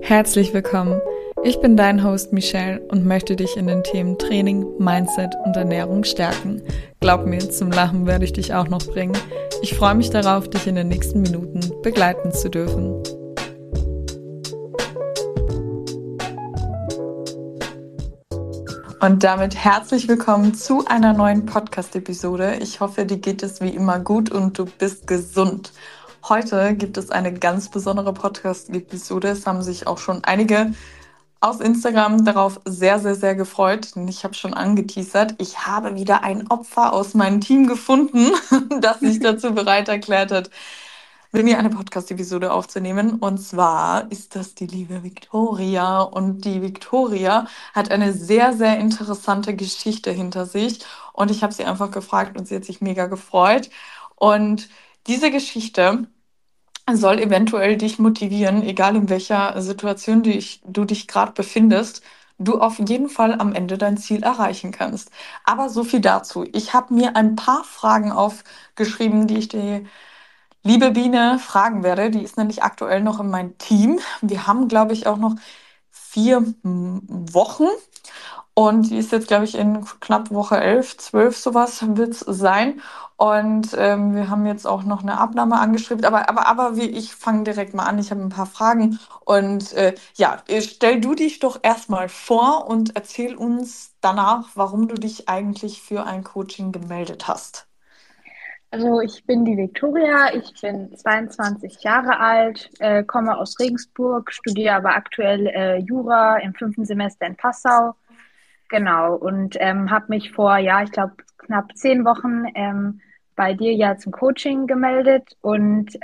Herzlich willkommen. Ich bin dein Host Michelle und möchte dich in den Themen Training, Mindset und Ernährung stärken. Glaub mir, zum Lachen werde ich dich auch noch bringen. Ich freue mich darauf, dich in den nächsten Minuten begleiten zu dürfen. Und damit herzlich willkommen zu einer neuen Podcast-Episode. Ich hoffe, dir geht es wie immer gut und du bist gesund. Heute gibt es eine ganz besondere Podcast-Episode. Es haben sich auch schon einige auf Instagram darauf sehr, sehr, sehr gefreut. Und ich habe schon angeteasert, ich habe wieder ein Opfer aus meinem Team gefunden, das sich dazu bereit erklärt hat, mit mir eine Podcast-Episode aufzunehmen. Und zwar ist das die liebe Victoria. Und die Victoria hat eine sehr, sehr interessante Geschichte hinter sich. Und ich habe sie einfach gefragt und sie hat sich mega gefreut. Und diese Geschichte soll eventuell dich motivieren, egal in welcher Situation du dich gerade befindest, du auf jeden Fall am Ende dein Ziel erreichen kannst. Aber so viel dazu. Ich habe mir ein paar Fragen aufgeschrieben, die ich die liebe Biene fragen werde. Die ist nämlich aktuell noch in meinem Team. Wir haben, glaube ich, auch noch 4 Wochen. Und die ist jetzt, glaube ich, in knapp Woche 11, 12 sowas wird es sein. Und wir haben jetzt auch noch eine Abnahme angestrebt. Aber wie, ich fange direkt mal an. Ich habe ein paar Fragen. Und ja, stell du dich doch erstmal vor und erzähl uns danach, warum du dich eigentlich für ein Coaching gemeldet hast. Also ich bin die Viktoria, ich bin 22 Jahre alt, komme aus Regensburg, studiere aber aktuell Jura im 5. Semester in Passau. Genau, und habe mich vor, ja, ich glaube, knapp 10 Wochen bei dir ja zum Coaching gemeldet. Und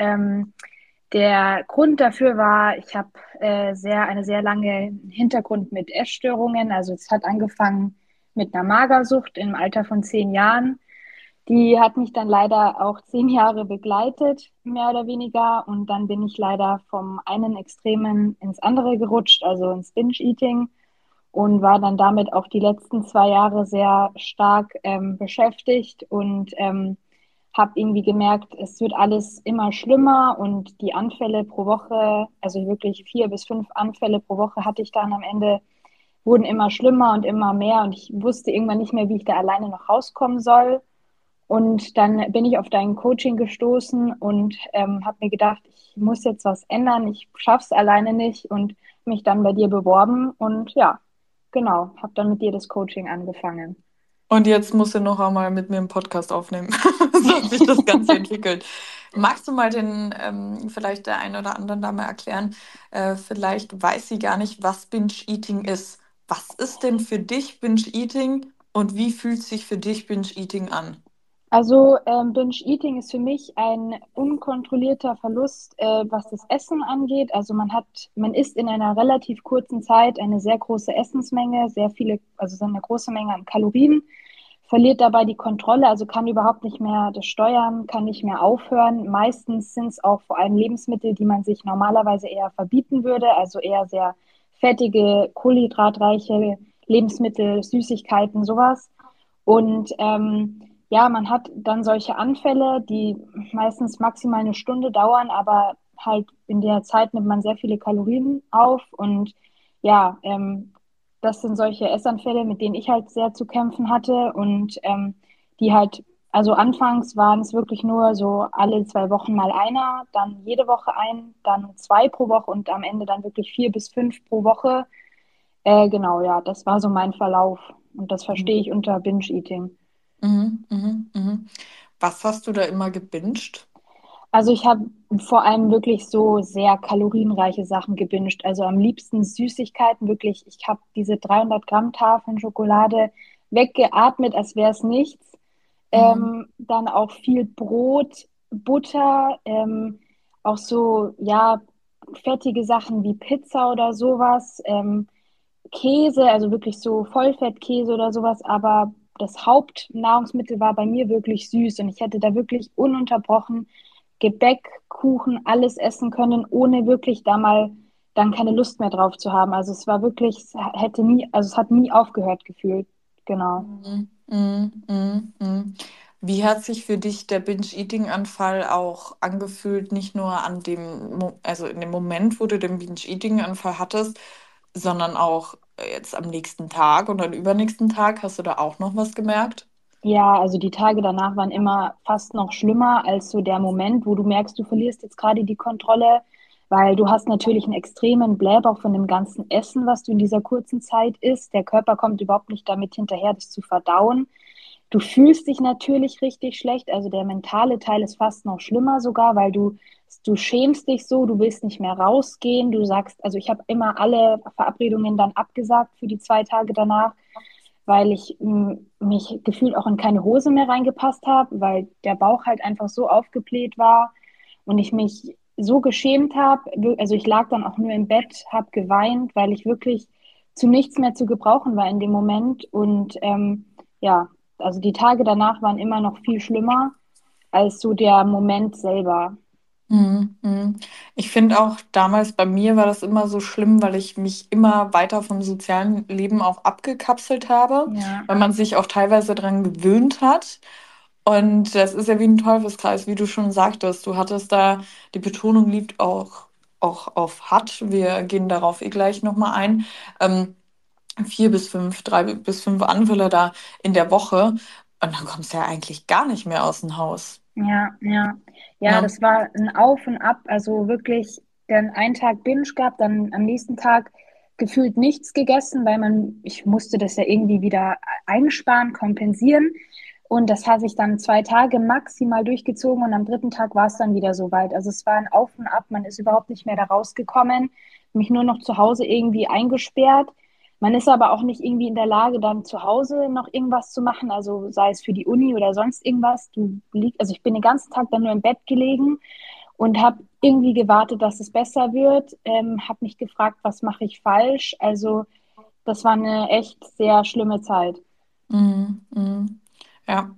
der Grund dafür war, ich habe eine sehr lange Hintergrund mit Essstörungen. Also es hat angefangen mit einer Magersucht im Alter von 10 Jahren. Die hat mich dann leider auch 10 Jahre begleitet, mehr oder weniger. Und dann bin ich leider vom einen Extremen ins andere gerutscht, also ins Binge-Eating, und war dann damit auch die letzten 2 Jahre sehr stark beschäftigt und habe irgendwie gemerkt, es wird alles immer schlimmer und die Anfälle pro Woche, also wirklich 4 bis 5 Anfälle pro Woche hatte ich dann am Ende, wurden immer schlimmer und immer mehr und ich wusste irgendwann nicht mehr, wie ich da alleine noch rauskommen soll. Und dann bin ich auf dein Coaching gestoßen und habe mir gedacht, ich muss jetzt was ändern, ich schaffe es alleine nicht und mich dann bei dir beworben und ja, genau, habe dann mit dir das Coaching angefangen. Und jetzt musst du noch einmal mit mir einen Podcast aufnehmen. So hat sich das Ganze entwickelt. Magst du mal vielleicht der einen oder anderen Dame erklären, vielleicht weiß sie gar nicht, was Binge-Eating ist. Was ist denn für dich Binge-Eating und wie fühlt sich für dich Binge-Eating an? Also Binge-Eating ist für mich ein unkontrollierter Verlust, was das Essen angeht. Also man isst in einer relativ kurzen Zeit eine sehr große Essensmenge, sehr viele, also so eine große Menge an Kalorien, verliert dabei die Kontrolle, also kann überhaupt nicht mehr das steuern, kann nicht mehr aufhören. Meistens sind es auch vor allem Lebensmittel, die man sich normalerweise eher verbieten würde, also eher sehr fettige, kohlenhydratreiche Lebensmittel, Süßigkeiten, sowas. Und ja, man hat dann solche Anfälle, die meistens maximal eine Stunde dauern, aber halt in der Zeit nimmt man sehr viele Kalorien auf und ja, das sind solche Essanfälle, mit denen ich halt sehr zu kämpfen hatte und die halt, also anfangs waren es wirklich nur so alle 2 Wochen mal einer, dann jede Woche ein, dann zwei pro Woche und am Ende dann wirklich 4 bis 5 pro Woche. Genau, ja, das war so mein Verlauf und das verstehe ich unter Binge-Eating. Mhm, mhm, mhm. Was hast du da immer gebinged? Also ich habe vor allem wirklich so sehr kalorienreiche Sachen gebinged. Also am liebsten Süßigkeiten, wirklich. Ich habe diese 300 Gramm Tafeln Schokolade weggeatmet, als wäre es nichts. Mhm. Dann auch viel Brot, Butter, auch so, ja, fettige Sachen wie Pizza oder sowas. Käse, also wirklich so Vollfettkäse oder sowas, aber das Hauptnahrungsmittel war bei mir wirklich süß und ich hätte da wirklich ununterbrochen Gebäck, Kuchen, alles essen können, ohne wirklich da mal dann keine Lust mehr drauf zu haben. Also es war wirklich, also es hat nie aufgehört gefühlt. Genau. Mhm, mhm, mhm, mhm. Wie hat sich für dich der Binge-Eating-Anfall auch angefühlt, nicht nur an also in dem Moment, wo du den Binge-Eating-Anfall hattest, sondern auch jetzt am nächsten Tag und am übernächsten Tag? Hast du da auch noch was gemerkt? Ja, also die Tage danach waren immer fast noch schlimmer als so der Moment, wo du merkst, du verlierst jetzt gerade die Kontrolle, weil du hast natürlich einen extremen Blähbauch von dem ganzen Essen, was du in dieser kurzen Zeit isst. Der Körper kommt überhaupt nicht damit hinterher, das zu verdauen. Du fühlst dich natürlich richtig schlecht, also der mentale Teil ist fast noch schlimmer sogar, weil du schämst dich so, du willst nicht mehr rausgehen, du sagst, also ich habe immer alle Verabredungen dann abgesagt für die 2 Tage danach, weil ich mich gefühlt auch in keine Hose mehr reingepasst habe, weil der Bauch halt einfach so aufgebläht war und ich mich so geschämt habe. Also ich lag dann auch nur im Bett, habe geweint, weil ich wirklich zu nichts mehr zu gebrauchen war in dem Moment. Und ja, also die Tage danach waren immer noch viel schlimmer als so der Moment selber. Mhm, mhm. Ich finde auch, damals bei mir war das immer so schlimm, weil ich mich immer weiter vom sozialen Leben auch abgekapselt habe, Ja, weil man sich auch teilweise daran gewöhnt hat. Und das ist ja wie ein Teufelskreis, wie du schon sagtest. Du hattest da, die Betonung liegt auch auf hat. Wir gehen darauf gleich nochmal ein. Ähm, 4 bis 5, 3 bis 5 Anfälle da in der Woche. Und dann kommst du ja eigentlich gar nicht mehr aus dem Haus. ja, ja. Ja, Ne? das war ein Auf und Ab. Also wirklich dann einen Tag Binge gehabt, dann am nächsten Tag gefühlt nichts gegessen, weil ich musste das ja irgendwie wieder einsparen, kompensieren. Und das hat sich dann 2 Tage maximal durchgezogen und am dritten Tag war es dann wieder soweit. Also es war ein Auf und Ab, man ist überhaupt nicht mehr da rausgekommen, mich nur noch zu Hause irgendwie eingesperrt. Man ist aber auch nicht irgendwie in der Lage, dann zu Hause noch irgendwas zu machen, also sei es für die Uni oder sonst irgendwas. Also ich bin den ganzen Tag dann nur im Bett gelegen und habe irgendwie gewartet, dass es besser wird, habe mich gefragt, was mache ich falsch. Also das war eine echt sehr schlimme Zeit. Mhm, mhm. Ja.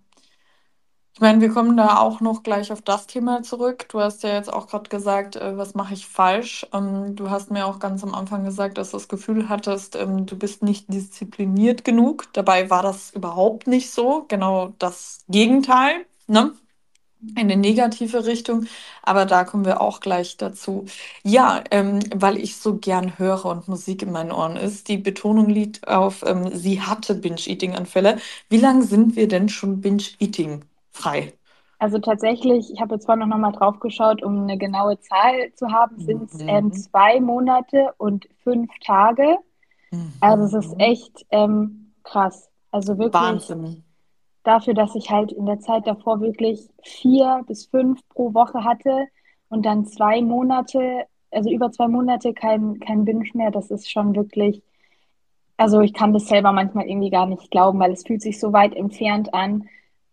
Ich meine, wir kommen da auch noch gleich auf das Thema zurück. Du hast ja jetzt auch gerade gesagt, was mache ich falsch? Du hast mir auch ganz am Anfang gesagt, dass du das Gefühl hattest, du bist nicht diszipliniert genug. Dabei war das überhaupt nicht so. Genau das Gegenteil, ne? In eine negative Richtung. Aber da kommen wir auch gleich dazu. Ja, weil ich so gern höre und Musik in meinen Ohren ist. Die Betonung liegt auf, sie hatte Binge-Eating-Anfälle. Wie lange sind wir denn schon Binge-Eating frei? Also tatsächlich, ich habe jetzt zwar noch mal drauf geschaut, um eine genaue Zahl zu haben, sind es Mhm. 2 Monate und 5 Tage. Also es ist Mhm. echt krass. Also wirklich Wahnsinn. dafür, dass ich halt in der Zeit davor wirklich 4 bis 5 pro Woche hatte und dann 2 Monate, also über 2 Monate kein Binge mehr, das ist schon wirklich, also ich kann das selber manchmal irgendwie gar nicht glauben, weil es fühlt sich so weit entfernt an.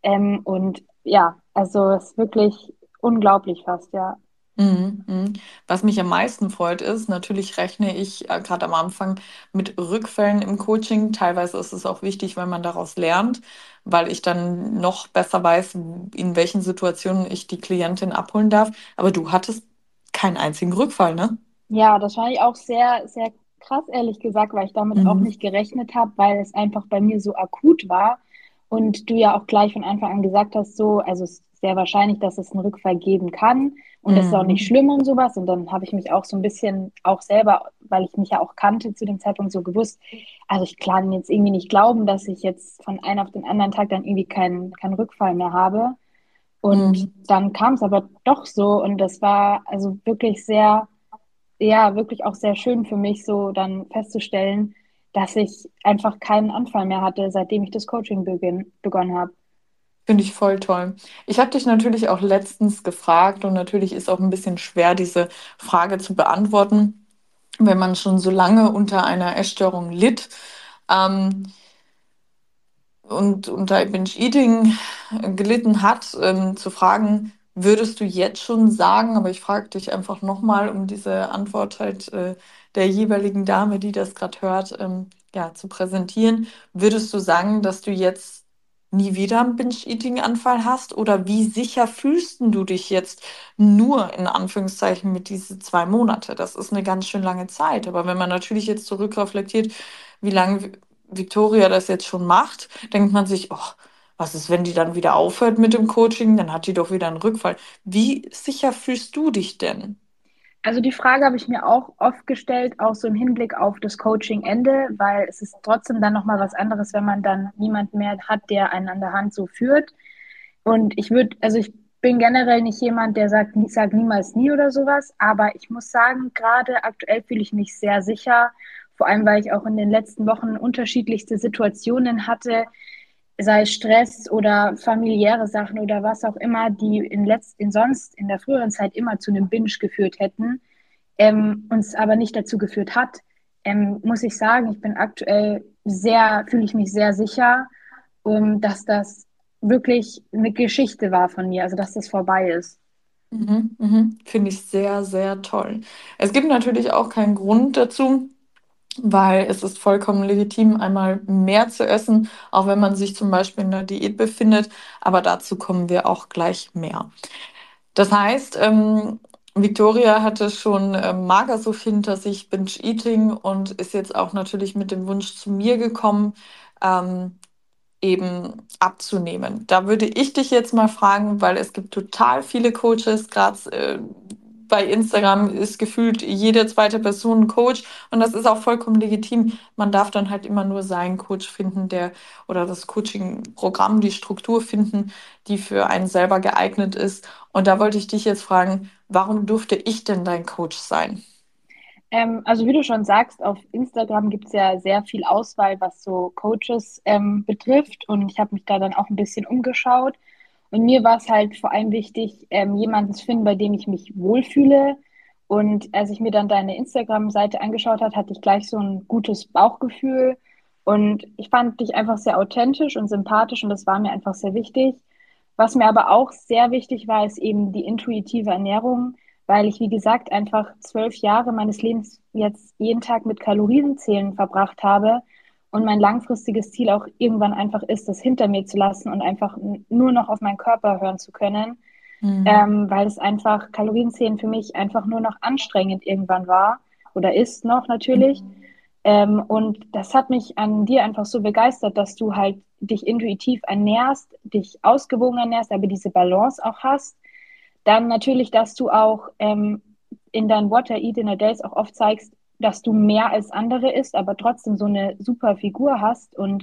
Und ja, also es ist wirklich unglaublich fast, ja. Mhm, mhm. Was mich am meisten freut, ist, natürlich rechne ich gerade am Anfang mit Rückfällen im Coaching. Teilweise ist es auch wichtig, wenn man daraus lernt, weil ich dann noch besser weiß, in welchen Situationen ich die Klientin abholen darf. Aber du hattest keinen einzigen Rückfall, ne? Ja, das fand ich auch sehr, sehr krass, ehrlich gesagt, weil ich damit auch Mhm. nicht gerechnet habe, weil es einfach bei mir so akut war. Und du ja auch gleich von Anfang an gesagt hast, so, also es ist sehr wahrscheinlich, dass es einen Rückfall geben kann. Und das ist auch nicht Mhm. schlimm und sowas. Und dann habe ich mich auch so ein bisschen, auch selber, weil ich mich ja auch kannte zu dem Zeitpunkt so gewusst, also ich kann jetzt irgendwie nicht glauben, dass ich jetzt von einem auf den anderen Tag dann irgendwie keinen Rückfall mehr habe. Und Mhm. dann kam es aber doch so und das war also wirklich sehr, ja, wirklich auch sehr schön für mich, so dann festzustellen, dass ich einfach keinen Anfall mehr hatte, seitdem ich das Coaching begonnen habe. Finde ich voll toll. Ich habe dich natürlich auch letztens gefragt und natürlich ist auch ein bisschen schwer, diese Frage zu beantworten, wenn man schon so lange unter einer Essstörung litt. Ähm, und unter Binge-Eating gelitten hat, zu fragen, würdest du jetzt schon sagen, aber ich frage dich einfach nochmal, um diese Antwort halt der jeweiligen Dame, die das gerade hört, ja, zu präsentieren, würdest du sagen, dass du jetzt nie wieder einen Binge-Eating-Anfall hast? Oder wie sicher fühlst denn du dich jetzt nur in Anführungszeichen mit diese 2 Monate? Das ist eine ganz schön lange Zeit. Aber wenn man natürlich jetzt zurückreflektiert, wie lange Victoria das jetzt schon macht, denkt man sich, oh, was ist, wenn die dann wieder aufhört mit dem Coaching? Dann hat die doch wieder einen Rückfall. Wie sicher fühlst du dich denn? Also die Frage habe ich mir auch oft gestellt, auch so im Hinblick auf das Coaching-Ende, weil es ist trotzdem dann nochmal was anderes, wenn man dann niemand mehr hat, der einen an der Hand so führt. Und ich bin generell nicht jemand, der sagt niemals nie oder sowas, aber ich muss sagen, gerade aktuell fühle ich mich sehr sicher, vor allem weil ich auch in den letzten Wochen unterschiedlichste Situationen hatte, sei es Stress oder familiäre Sachen oder was auch immer, die sonst in der früheren Zeit immer zu einem Binge geführt hätten, uns aber nicht dazu geführt hat, muss ich sagen, ich bin aktuell fühle ich mich sehr sicher, dass das wirklich eine Geschichte war von mir, also dass das vorbei ist. Finde ich sehr, sehr toll. Es gibt natürlich auch keinen Grund dazu, weil es ist vollkommen legitim, einmal mehr zu essen, auch wenn man sich zum Beispiel in der Diät befindet. Aber dazu kommen wir auch gleich mehr. Das heißt, Victoria hatte schon Magersucht hinter sich, Binge-Eating und ist jetzt auch natürlich mit dem Wunsch zu mir gekommen, ähm, eben abzunehmen. Da würde ich dich jetzt mal fragen, weil es gibt total viele Coaches, gerade bei Instagram ist gefühlt jede zweite Person ein Coach und das ist auch vollkommen legitim. Man darf dann halt immer nur seinen Coach finden, der oder das Coaching-Programm, die Struktur finden, die für einen selber geeignet ist. Und da wollte ich dich jetzt fragen, warum durfte ich denn dein Coach sein? Also wie du schon sagst, auf Instagram gibt es ja sehr viel Auswahl, was so Coaches betrifft. Und ich habe mich da dann auch ein bisschen umgeschaut. Und mir war es halt vor allem wichtig, jemanden zu finden, bei dem ich mich wohlfühle. Und als ich mir dann deine Instagram-Seite angeschaut habe, hatte ich gleich so ein gutes Bauchgefühl. Und ich fand dich einfach sehr authentisch und sympathisch und das war mir einfach sehr wichtig. Was mir aber auch sehr wichtig war, ist eben die intuitive Ernährung, weil ich, wie gesagt, einfach 12 Jahre meines Lebens jetzt jeden Tag mit Kalorienzählen verbracht habe und mein langfristiges Ziel auch irgendwann einfach ist, das hinter mir zu lassen und einfach nur noch auf meinen Körper hören zu können, Mhm. weil es einfach Kalorienzählen für mich einfach nur noch anstrengend irgendwann war oder ist noch natürlich. Und das hat mich an dir einfach so begeistert, dass du halt dich intuitiv ernährst, dich ausgewogen ernährst, aber diese Balance auch hast. Dann natürlich, dass du auch in deinen What I Eat in a Days auch oft zeigst, dass du mehr als andere isst, aber trotzdem so eine super Figur hast. Und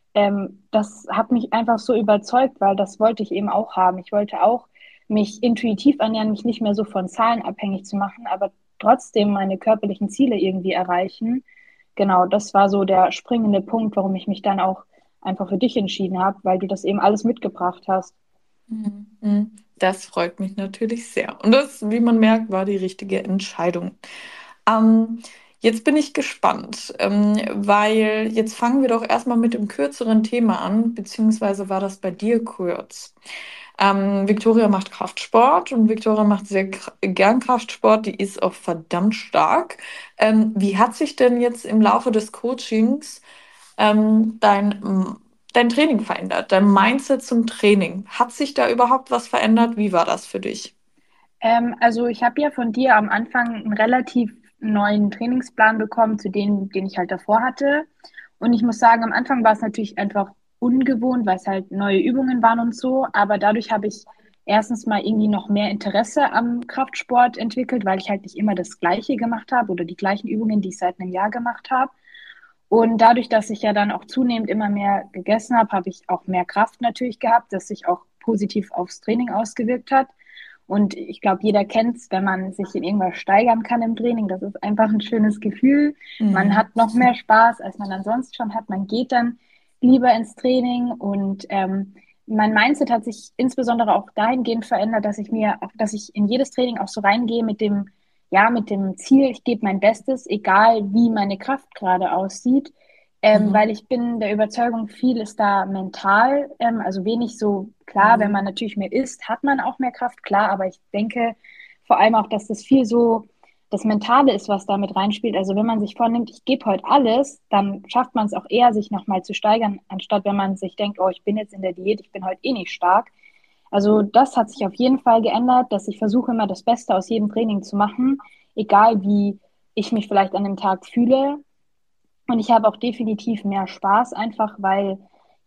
das hat mich einfach so überzeugt, weil das wollte ich eben auch haben. Ich wollte auch mich intuitiv ernähren, mich nicht mehr so von Zahlen abhängig zu machen, aber trotzdem meine körperlichen Ziele irgendwie erreichen. Genau, das war so der springende Punkt, warum ich mich dann auch einfach für dich entschieden habe, weil du das eben alles mitgebracht hast. Mhm. Das freut mich natürlich sehr. Und das, wie man merkt, war die richtige Entscheidung. Ähm, Jetzt bin ich gespannt, weil jetzt fangen wir doch erstmal mit dem kürzeren Thema an, beziehungsweise war das bei dir kurz. Victoria macht Kraftsport und Victoria macht sehr gern Kraftsport, die ist auch verdammt stark. Wie hat sich denn jetzt im Laufe des Coachings dein Training verändert, dein Mindset zum Training? Hat sich da überhaupt was verändert? Wie war das für dich? Also ich habe ja von dir am Anfang einen relativ neuen Trainingsplan bekommen, zu dem, den ich halt davor hatte. Und ich muss sagen, am Anfang war es natürlich einfach ungewohnt, weil es halt neue Übungen waren und so. Aber dadurch habe ich erstens mal irgendwie noch mehr Interesse am Kraftsport entwickelt, weil ich halt nicht immer das Gleiche gemacht habe oder die gleichen Übungen, die ich seit einem Jahr gemacht habe. Und dadurch, dass ich ja dann auch zunehmend immer mehr gegessen habe, habe ich auch mehr Kraft natürlich gehabt, das sich auch positiv aufs Training ausgewirkt hat. Und ich glaube, jeder kennt es, wenn man sich in irgendwas steigern kann im Training. Das ist einfach ein schönes Gefühl. Man Mhm. hat noch mehr Spaß, als man dann sonst schon hat. Man geht dann lieber ins Training und mein Mindset hat sich insbesondere auch dahingehend verändert, dass ich in jedes Training auch so reingehe mit dem Ziel, ich gebe mein Bestes, egal wie meine Kraft gerade aussieht, weil Mhm. ich bin der Überzeugung, viel ist da mental, also wenig so klar, wenn man Mhm. natürlich mehr isst, hat man auch mehr Kraft, klar, aber ich denke vor allem auch, dass das viel so das Mentale ist, was damit reinspielt. Also wenn man sich vornimmt, ich gebe heute alles, dann schafft man es auch eher, sich nochmal zu steigern, anstatt wenn man sich denkt, oh, ich bin jetzt in der Diät, ich bin heute eh nicht stark. Also das hat sich auf jeden Fall geändert, dass ich versuche immer das Beste aus jedem Training zu machen, egal wie ich mich vielleicht an dem Tag fühle. Und ich habe auch definitiv mehr Spaß, einfach weil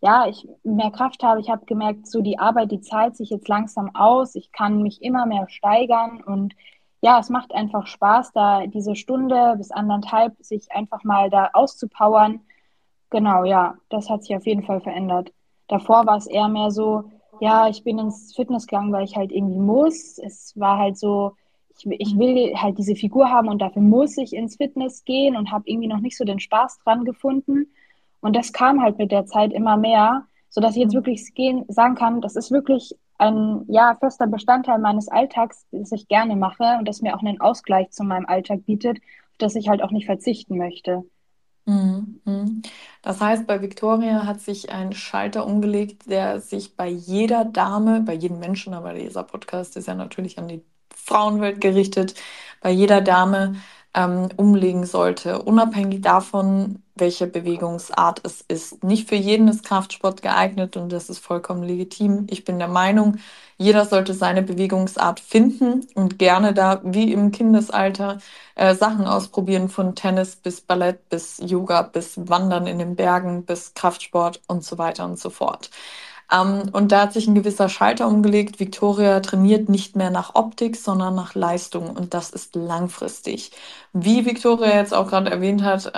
ja, ich mehr Kraft habe. Ich habe gemerkt, so die Arbeit, die zahlt sich jetzt langsam aus. Ich kann mich immer mehr steigern und ja, es macht einfach Spaß, da diese Stunde bis anderthalb sich einfach mal da auszupowern. Genau, ja, das hat sich auf jeden Fall verändert. Davor war es eher mehr so, ja, ich bin ins Fitness gegangen, weil ich halt irgendwie muss. Es war halt so, ich will halt diese Figur haben und dafür muss ich ins Fitness gehen und habe irgendwie noch nicht so den Spaß dran gefunden. Und das kam halt mit der Zeit immer mehr, sodass ich jetzt wirklich sagen kann, das ist wirklich ein ja, fester Bestandteil meines Alltags, das ich gerne mache und das mir auch einen Ausgleich zu meinem Alltag bietet, auf das ich halt auch nicht verzichten möchte. Mhm. Mhm. Das heißt, bei Victoria hat sich ein Schalter umgelegt, der sich bei jeder Dame, bei jedem Menschen, aber dieser Podcast ist ja natürlich an die Frauenwelt gerichtet, bei jeder Dame umlegen sollte, unabhängig davon, welche Bewegungsart es ist. Nicht für jeden ist Kraftsport geeignet und das ist vollkommen legitim. Ich bin der Meinung, jeder sollte seine Bewegungsart finden und gerne da, wie im Kindesalter, Sachen ausprobieren, von Tennis bis Ballett, bis Yoga, bis Wandern in den Bergen, bis Kraftsport und so weiter und so fort. Und da hat sich ein gewisser Schalter umgelegt. Victoria trainiert nicht mehr nach Optik, sondern nach Leistung und das ist langfristig. Wie Victoria jetzt auch gerade erwähnt hat,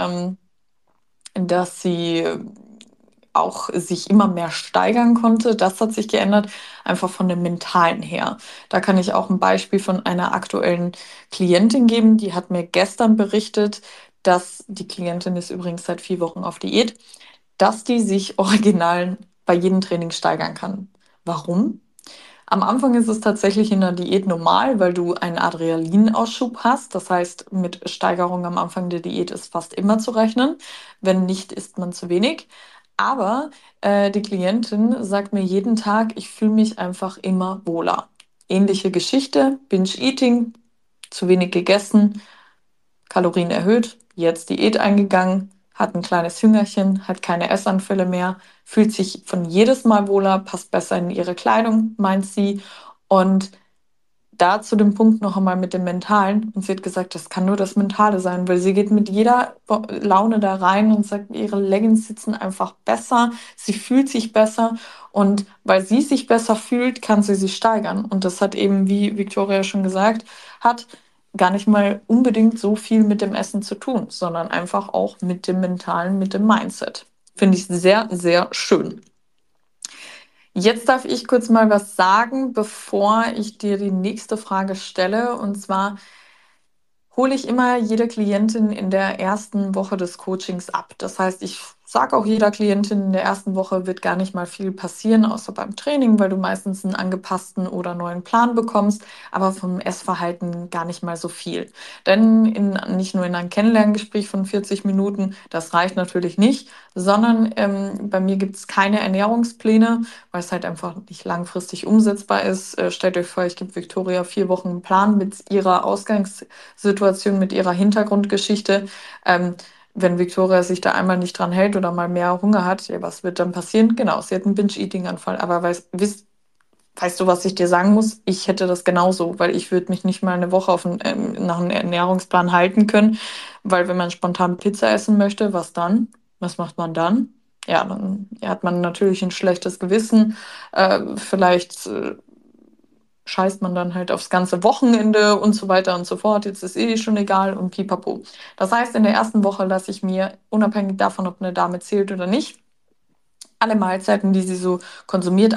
dass sie auch sich immer mehr steigern konnte. Das hat sich geändert, einfach von dem Mentalen her. Da kann ich auch ein Beispiel von einer aktuellen Klientin geben. Die hat mir gestern berichtet, dass die Klientin ist übrigens seit 4 Wochen auf Diät, dass die sich original bei jedem Training steigern kann. Warum? Am Anfang ist es tatsächlich in der Diät normal, weil du einen Adrenalinausschub hast. Das heißt, mit Steigerung am Anfang der Diät ist fast immer zu rechnen. Wenn nicht, isst man zu wenig. Aber die Klientin sagt mir jeden Tag, ich fühle mich einfach immer wohler. Ähnliche Geschichte, Binge-Eating, zu wenig gegessen, Kalorien erhöht, jetzt Diät eingegangen, hat ein kleines Hüngerchen, hat keine Essanfälle mehr, fühlt sich von jedes Mal wohler, passt besser in ihre Kleidung, meint sie. Und da zu dem Punkt noch einmal mit dem Mentalen. Und sie hat gesagt, das kann nur das Mentale sein, weil sie geht mit jeder Laune da rein und sagt, ihre Leggings sitzen einfach besser, sie fühlt sich besser und weil sie sich besser fühlt, kann sie sich steigern. Und das hat eben, wie Victoria schon gesagt hat, gar nicht mal unbedingt so viel mit dem Essen zu tun, sondern einfach auch mit dem Mentalen, mit dem Mindset. Finde ich sehr, sehr schön. Jetzt darf ich kurz mal was sagen, bevor ich dir die nächste Frage stelle. Und zwar, hole ich immer jede Klientin in der ersten Woche des Coachings ab. Das heißt, ich sage auch jeder Klientin, in der ersten Woche wird gar nicht mal viel passieren, außer beim Training, weil du meistens einen angepassten oder neuen Plan bekommst, aber vom Essverhalten gar nicht mal so viel. Denn nicht nur in einem Kennenlerngespräch von 40 Minuten, das reicht natürlich nicht, sondern bei mir gibt es keine Ernährungspläne, weil es halt einfach nicht langfristig umsetzbar ist. Stellt euch vor, ich gebe Victoria 4 Wochen einen Plan mit ihrer Ausgangssituation, mit ihrer Hintergrundgeschichte. Ähm, wenn Victoria sich da einmal nicht dran hält oder mal mehr Hunger hat, ja, was wird dann passieren? Genau, sie hat einen Binge-Eating-Anfall. Aber weißt du, was ich dir sagen muss? Ich hätte das genauso, weil ich würde mich nicht mal eine Woche nach einem Ernährungsplan halten können, weil wenn man spontan Pizza essen möchte, was dann? Was macht man dann? Ja, dann hat man natürlich ein schlechtes Gewissen. Vielleicht scheißt man dann halt aufs ganze Wochenende und so weiter und so fort. Jetzt ist eh schon egal und pipapo. Das heißt, in der ersten Woche lasse ich mir, unabhängig davon, ob eine Dame zählt oder nicht, alle Mahlzeiten, die sie so konsumiert,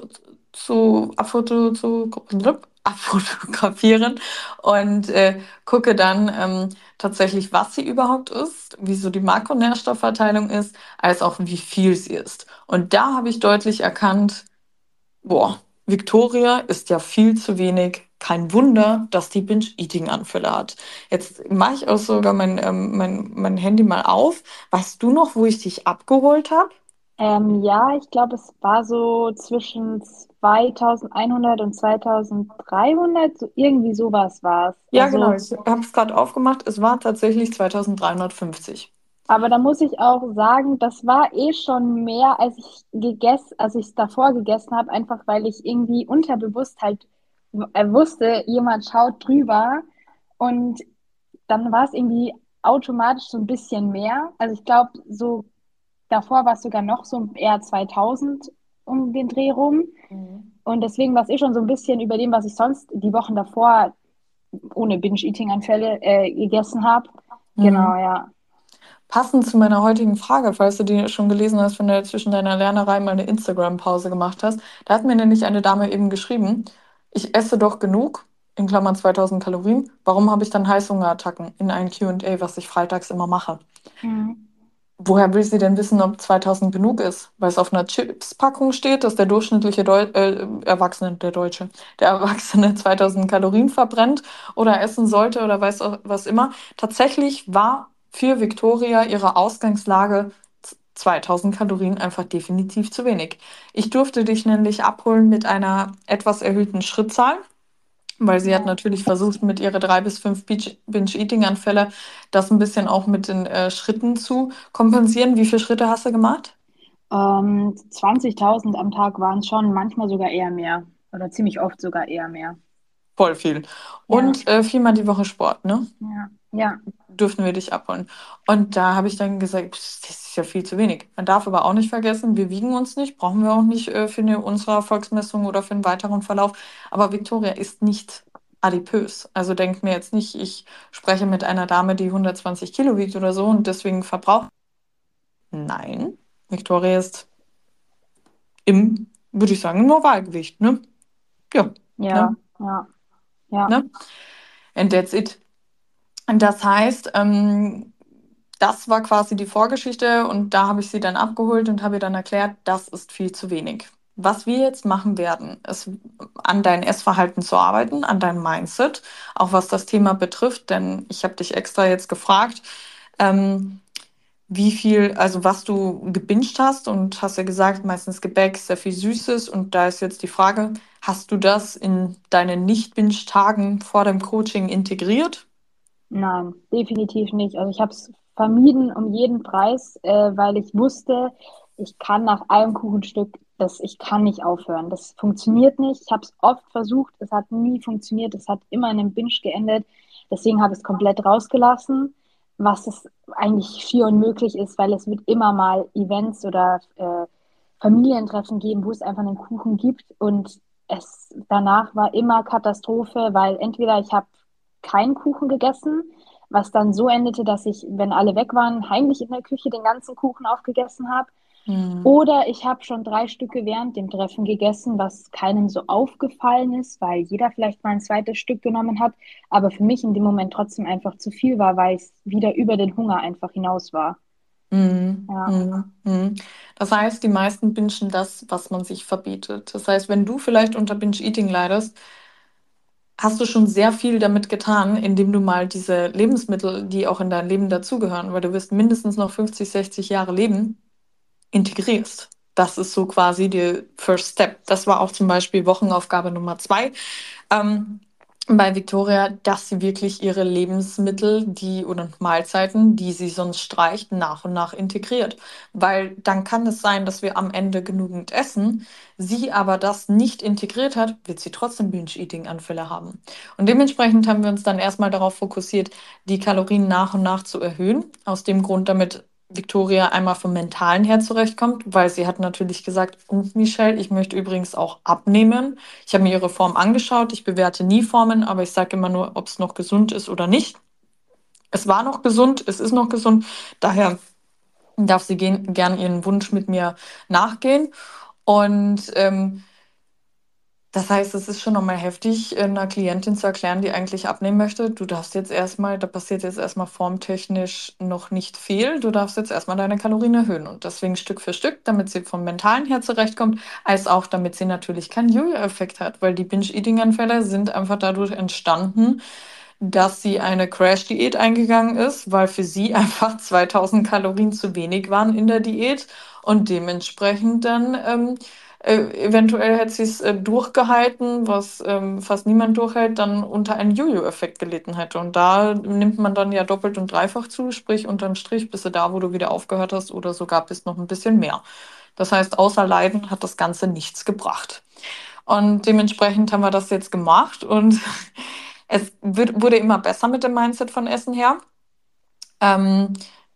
abfotografieren und gucke dann tatsächlich, was sie überhaupt isst, wie so die Makronährstoffverteilung ist, als auch wie viel sie isst. Und da habe ich deutlich erkannt, boah, Victoria isst ja viel zu wenig. Kein Wunder, dass die Binge-Eating-Anfälle hat. Jetzt mache ich auch sogar mein Handy mal auf. Weißt du noch, wo ich dich abgeholt habe? Ja, ich glaube, es war so zwischen 2100 und 2300, so irgendwie sowas war es. Ja, genau. Also, Ich habe es gerade aufgemacht. Es war tatsächlich 2350. aber da muss ich auch sagen, das war eh schon mehr, als ich es davor gegessen habe, einfach weil ich irgendwie unterbewusst halt wusste, jemand schaut drüber und dann war es irgendwie automatisch so ein bisschen mehr. Also ich glaube, so davor war es sogar noch so eher 2000 um den Dreh rum. Mhm. Und deswegen war es eh schon so ein bisschen über dem, was ich sonst die Wochen davor ohne Binge-Eating-Anfälle gegessen habe. Genau, Mhm. ja. Passend zu meiner heutigen Frage, falls du die schon gelesen hast, wenn du zwischen deiner Lernerei mal eine Instagram-Pause gemacht hast, da hat mir nämlich eine Dame eben geschrieben, ich esse doch genug, in Klammern 2000 Kalorien, warum habe ich dann Heißhungerattacken in ein Q&A, was ich freitags immer mache? Mhm. Woher will sie denn wissen, ob 2000 genug ist? Weil es auf einer Chips-Packung steht, dass der durchschnittliche Erwachsene, der Erwachsene 2000 Kalorien verbrennt oder essen sollte oder weiß auch was immer. Tatsächlich war für Victoria ihre Ausgangslage 2000 Kalorien einfach definitiv zu wenig. Ich durfte dich nämlich abholen mit einer etwas erhöhten Schrittzahl. Weil sie hat Ja. natürlich versucht, mit ihre 3 bis 5 Binge-Eating-Anfälle das ein bisschen auch mit den Schritten zu kompensieren. Wie viele Schritte hast du gemacht? 20.000 am Tag waren es schon, manchmal sogar eher mehr. Oder ziemlich oft sogar eher mehr. Voll viel. Ja, Und 4-mal die Woche Sport, ne? ja, ja, Dürfen wir dich abholen. Und da habe ich dann gesagt, "Pff, das ist ja viel zu wenig. Man darf aber auch nicht vergessen, wir wiegen uns nicht, brauchen wir auch nicht für unsere Erfolgsmessung oder für einen weiteren Verlauf. Aber Victoria ist nicht adipös. Also denkt mir jetzt nicht, ich spreche mit einer Dame, die 120 Kilo wiegt oder so und deswegen verbraucht. Nein, Victoria ist würde ich sagen, Normalgewicht, ne? Ja, ja, ne? ja, ja, Ne? And that's it. Das heißt, das war quasi die Vorgeschichte und da habe ich sie dann abgeholt und habe ihr dann erklärt, das ist viel zu wenig. Was wir jetzt machen werden, ist an dein Essverhalten zu arbeiten, an dein Mindset, auch was das Thema betrifft, denn ich habe dich extra jetzt gefragt, ähm, wie viel, also was du gebinged hast und hast ja gesagt, meistens Gebäck, sehr viel Süßes. Und da ist jetzt die Frage, hast du das in deine Nicht-Binge-Tagen vor dem Coaching integriert? nein, definitiv nicht. Also ich habe es vermieden um jeden Preis, weil ich wusste, ich kann nach einem Kuchenstück, ich kann nicht aufhören. Das funktioniert nicht. Ich habe es oft versucht, es hat nie funktioniert. Es hat immer in einem Binge geendet. Deswegen habe ich es komplett rausgelassen, was es eigentlich schier unmöglich ist, weil es wird immer mal Events oder Familientreffen geben, wo es einfach einen Kuchen gibt und es danach war immer Katastrophe, weil entweder ich habe keinen Kuchen gegessen, was dann so endete, dass ich, wenn alle weg waren, heimlich in der Küche den ganzen Kuchen aufgegessen habe. Hm. Oder ich habe schon 3 Stücke während dem Treffen gegessen, was keinem so aufgefallen ist, weil jeder vielleicht mal ein zweites Stück genommen hat, aber für mich in dem Moment trotzdem einfach zu viel war, weil es wieder über den Hunger einfach hinaus war. Mhm. Ja, Mhm. Mhm. Das heißt, die meisten bingen das, was man sich verbietet. Das heißt, wenn du vielleicht unter Binge-Eating leidest, hast du schon sehr viel damit getan, indem du mal diese Lebensmittel, die auch in dein Leben dazugehören, weil du wirst mindestens noch 50, 60 Jahre leben, integrierst. Das ist so quasi der First Step. Das war auch zum Beispiel Wochenaufgabe Nummer 2 ähm, bei Victoria, dass sie wirklich ihre Lebensmittel, die oder Mahlzeiten, die sie sonst streicht, nach und nach integriert. Weil dann kann es sein, dass wir am Ende genügend essen, sie aber das nicht integriert hat, wird sie trotzdem Binge-Eating-Anfälle haben. Und dementsprechend haben wir uns dann erstmal darauf fokussiert, die Kalorien nach und nach zu erhöhen. Aus dem Grund, damit Victoria einmal vom Mentalen her zurechtkommt, weil sie hat natürlich gesagt, und Michelle, ich möchte übrigens auch abnehmen. Ich habe mir ihre Form angeschaut. Ich bewerte nie Formen, aber ich sage immer nur, ob es noch gesund ist oder nicht. Es war noch gesund, es ist noch gesund. Daher darf sie gern ihren Wunsch mit mir nachgehen. Und das heißt, es ist schon nochmal heftig, einer Klientin zu erklären, die eigentlich abnehmen möchte, du darfst jetzt erstmal, da passiert jetzt erstmal formtechnisch noch nicht viel, du darfst jetzt erstmal deine Kalorien erhöhen. Und deswegen Stück für Stück, damit sie vom Mentalen her zurechtkommt, als auch damit sie natürlich keinen Jojo-Effekt hat, weil die Binge-Eating-Anfälle sind einfach dadurch entstanden, dass sie eine Crash-Diät eingegangen ist, weil für sie einfach 2000 Kalorien zu wenig waren in der Diät und dementsprechend dann eventuell hätte sie es durchgehalten, was fast niemand durchhält, dann unter einen Jojo-Effekt gelitten hätte. Und da nimmt man dann ja doppelt und dreifach zu, sprich unterm Strich bist du da, wo du wieder aufgehört hast oder sogar bist noch ein bisschen mehr. Das heißt, außer Leiden hat das Ganze nichts gebracht. Und dementsprechend haben wir das jetzt gemacht und wurde immer besser mit dem Mindset von Essen her. Ähm,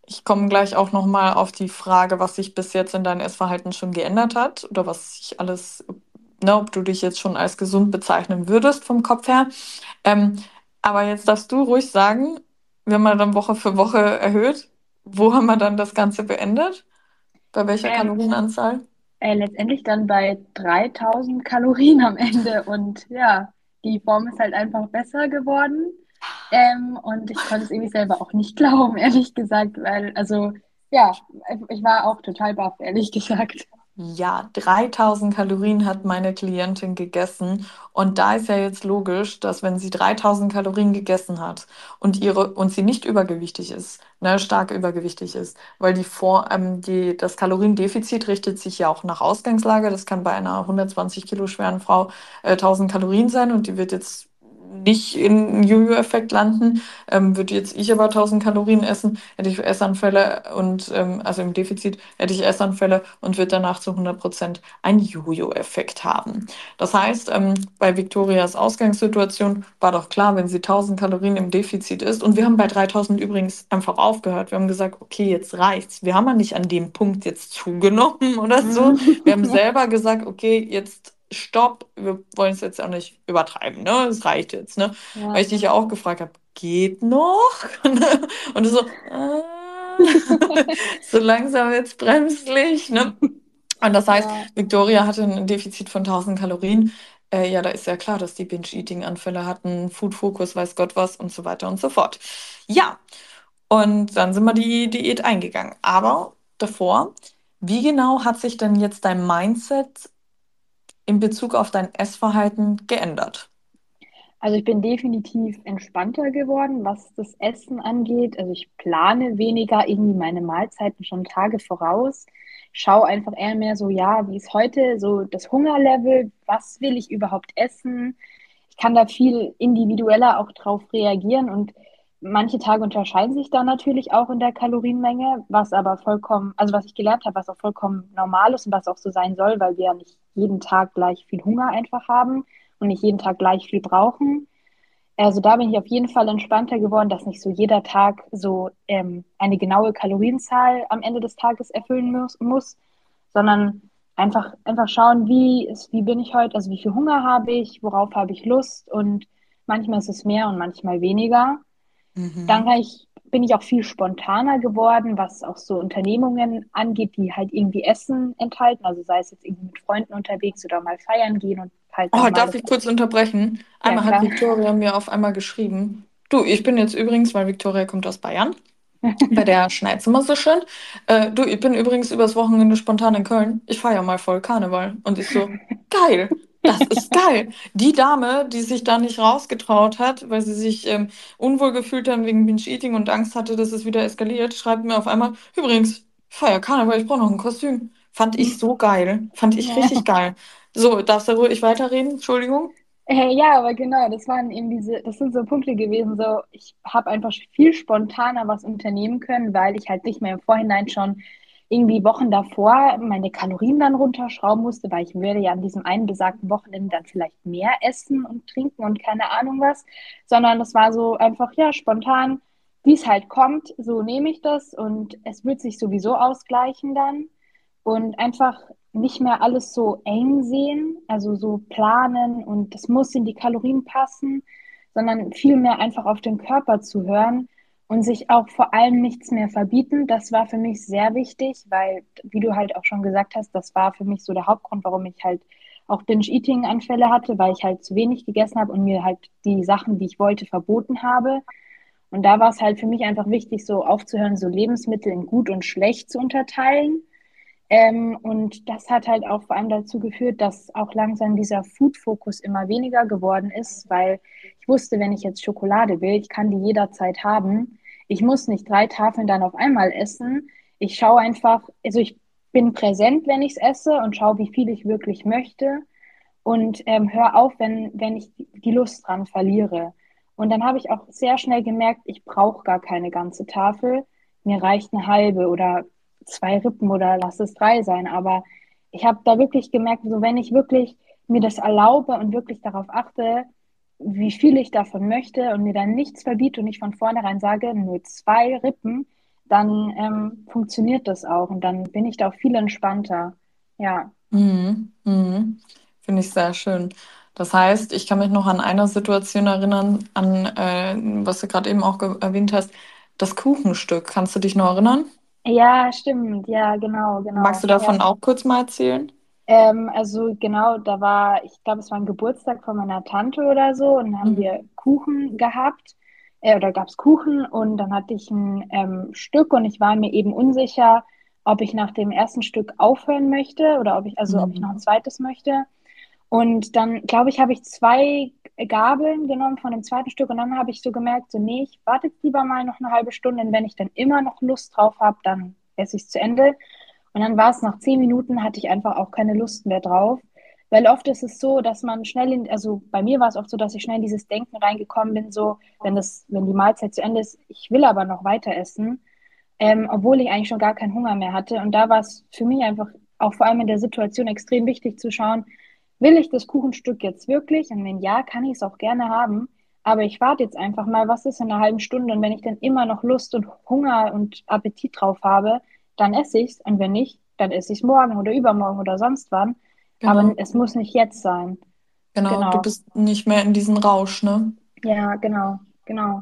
Ich komme gleich auch nochmal auf die Frage, was sich bis jetzt in deinem Essverhalten schon geändert hat oder was sich alles, ne, ob du dich jetzt schon als gesund bezeichnen würdest vom Kopf her. Ähm, aber jetzt darfst du ruhig sagen, wir haben wir dann Woche für Woche erhöht. Wo haben wir dann das Ganze beendet? Bei welcher Ähm, Kalorienanzahl? Letztendlich dann bei 3000 Kalorien am Ende. Und ja, die Form ist halt einfach besser geworden. Und ich konnte es irgendwie selber auch nicht glauben, ehrlich gesagt, weil, also, ja, ich war auch total baff, ehrlich gesagt. Ja, 3000 Kalorien hat meine Klientin gegessen. Und da ist ja jetzt logisch, dass wenn sie 3000 Kalorien gegessen hat und sie nicht übergewichtig ist, ne, stark übergewichtig ist, weil das Kaloriendefizit richtet sich ja auch nach Ausgangslage. Das kann bei einer 120 Kilo schweren Frau 1000 Kalorien sein und die wird jetzt nicht in Jojo-Effekt landen. Würde jetzt ich aber 1000 Kalorien essen, hätte ich Essanfälle und also im Defizit hätte ich Essanfälle und würde danach zu 100% einen Jojo-Effekt haben. Das heißt, bei Victorias Ausgangssituation war doch klar, wenn sie 1000 Kalorien im Defizit ist und wir haben bei 3000 übrigens einfach aufgehört. Wir haben gesagt, okay, jetzt reicht's. Wir haben ja nicht an dem Punkt jetzt zugenommen oder so. Wir haben selber gesagt, okay, jetzt Stopp, wir wollen es jetzt auch nicht übertreiben, ne? Es reicht jetzt, ne? Weil Ja. ich dich ja auch gefragt habe, geht noch? Und du so, so langsam jetzt bremslich, ne? Und das heißt, Ja. Victoria hatte ein Defizit von 1000 Kalorien. Ja, da ist ja klar, dass die Binge-Eating-Anfälle hatten, Food-Fokus, weiß Gott was und so weiter und so fort. Ja, und dann sind wir die Diät eingegangen. Aber davor, wie genau hat sich denn jetzt dein Mindset in Bezug auf dein Essverhalten geändert? Also ich bin definitiv entspannter geworden, was das Essen angeht. Also ich plane weniger irgendwie meine Mahlzeiten schon Tage voraus. Schaue einfach eher mehr so, ja, wie ist heute so das Hungerlevel? Was will ich überhaupt essen? Ich kann da viel individueller auch drauf reagieren und manche Tage unterscheiden sich da natürlich auch in der Kalorienmenge, was aber vollkommen, also was ich gelernt habe, was auch vollkommen normal ist und was auch so sein soll, weil wir ja nicht jeden Tag gleich viel Hunger einfach haben und nicht jeden Tag gleich viel brauchen. Also da bin ich auf jeden Fall entspannter geworden, dass nicht so jeder Tag so eine genaue Kalorienzahl am Ende des Tages erfüllen muss, sondern einfach schauen, wie bin ich heute, also wie viel Hunger habe ich, worauf habe ich Lust und manchmal ist es mehr und manchmal weniger. Dann Mhm. bin ich auch viel spontaner geworden, was auch so Unternehmungen angeht, die halt irgendwie Essen enthalten. Also sei es jetzt irgendwie mit Freunden unterwegs oder mal feiern gehen und halt Oh, dann mal darf das. ich kurz unterbrechen? Ja, Einmal hat klar. Victoria mir auf einmal geschrieben. Du, ich bin jetzt übrigens, weil Victoria kommt aus Bayern, bei der schneit's immer so schön. Du, ich bin übrigens übers Wochenende spontan in Köln. Ich feiere mal voll Karneval. Und ich so, geil, das ist geil. Die Dame, die sich da nicht rausgetraut hat, weil sie sich unwohl gefühlt hat wegen Binge-Eating und Angst hatte, dass es wieder eskaliert, schreibt mir auf einmal, übrigens, ich feiere Karneval, ich brauche noch ein Kostüm. Fand ich so geil. Fand ich richtig Ja. geil. So, darfst du ruhig weiterreden? Entschuldigung. Ja, aber genau, das sind so Punkte gewesen, so ich habe einfach viel spontaner was unternehmen können, weil ich halt nicht mehr im Vorhinein schon irgendwie Wochen davor meine Kalorien dann runterschrauben musste, weil ich würde ja an diesem einen besagten Wochenende dann vielleicht mehr essen und trinken und keine Ahnung was, sondern es war so einfach, ja, spontan, wie es halt kommt, so nehme ich das und es wird sich sowieso ausgleichen dann und einfach nicht mehr alles so eng sehen, also so planen und das muss in die Kalorien passen, sondern viel mehr einfach auf den Körper zu hören und sich auch vor allem nichts mehr verbieten. Das war für mich sehr wichtig, weil, wie du halt auch schon gesagt hast, das war für mich so der Hauptgrund, warum ich halt auch Binge-Eating-Anfälle hatte, weil ich halt zu wenig gegessen habe und mir halt die Sachen, die ich wollte, verboten habe. Und da war es halt für mich einfach wichtig, so aufzuhören, so Lebensmittel in gut und schlecht zu unterteilen und das hat halt auch vor allem dazu geführt, dass auch langsam dieser Food-Fokus immer weniger geworden ist, weil ich wusste, wenn ich jetzt Schokolade will, ich kann die jederzeit haben. Ich muss nicht 3 Tafeln dann auf einmal essen. Ich schaue einfach, also ich bin präsent, wenn ich es esse und schaue, wie viel ich wirklich möchte und höre auf, wenn ich die Lust dran verliere. Und dann habe ich auch sehr schnell gemerkt, ich brauche gar keine ganze Tafel. Mir reicht eine halbe oder 2 Rippen oder lass es 3 sein. Aber ich habe da wirklich gemerkt, so wenn ich wirklich mir das erlaube und wirklich darauf achte, wie viel ich davon möchte und mir dann nichts verbiete und ich von vornherein sage, nur 2 Rippen, dann funktioniert das auch und dann bin ich da auch viel entspannter. Ja. Mhm. Mhm. Finde ich sehr schön. Das heißt, ich kann mich noch an eine Situation erinnern, an was du gerade eben auch erwähnt hast, das Kuchenstück. Kannst du dich noch erinnern? Ja, stimmt. Ja, genau, Magst genau. du Ja. davon auch kurz mal erzählen? Also genau, da war, ich glaube, es war ein Geburtstag von meiner Tante oder so und dann haben wir Mhm. Kuchen gehabt, oder gab es Kuchen und dann hatte ich ein Stück und ich war mir eben unsicher, ob ich nach dem ersten Stück aufhören möchte oder ob ich noch ein Mhm. zweites möchte. Und dann, glaube ich, habe ich zwei Gabeln genommen von dem zweiten Stück und dann habe ich so gemerkt, so, nee, ich warte jetzt lieber mal noch eine halbe Stunde und wenn ich dann immer noch Lust drauf habe, dann esse ich es zu Ende. Und dann war es nach 10 Minuten, hatte ich einfach auch keine Lust mehr drauf. Weil oft ist es so, dass man schnell also bei mir war es oft so, dass ich schnell in dieses Denken reingekommen bin, so, wenn die Mahlzeit zu Ende ist, ich will aber noch weiter essen, obwohl ich eigentlich schon gar keinen Hunger mehr hatte. Und da war es für mich einfach auch vor allem in der Situation extrem wichtig zu schauen, will ich das Kuchenstück jetzt wirklich? Und wenn ja, kann ich es auch gerne haben. Aber ich warte jetzt einfach mal, was ist in einer halben Stunde? Und wenn ich dann immer noch Lust und Hunger und Appetit drauf habe, dann esse ich es. Und wenn nicht, dann esse ich es morgen oder übermorgen oder sonst wann. Aber Genau, es muss nicht jetzt sein. genau. Du Genau. bist nicht mehr in diesem Rausch, ne? Ja, genau, genau.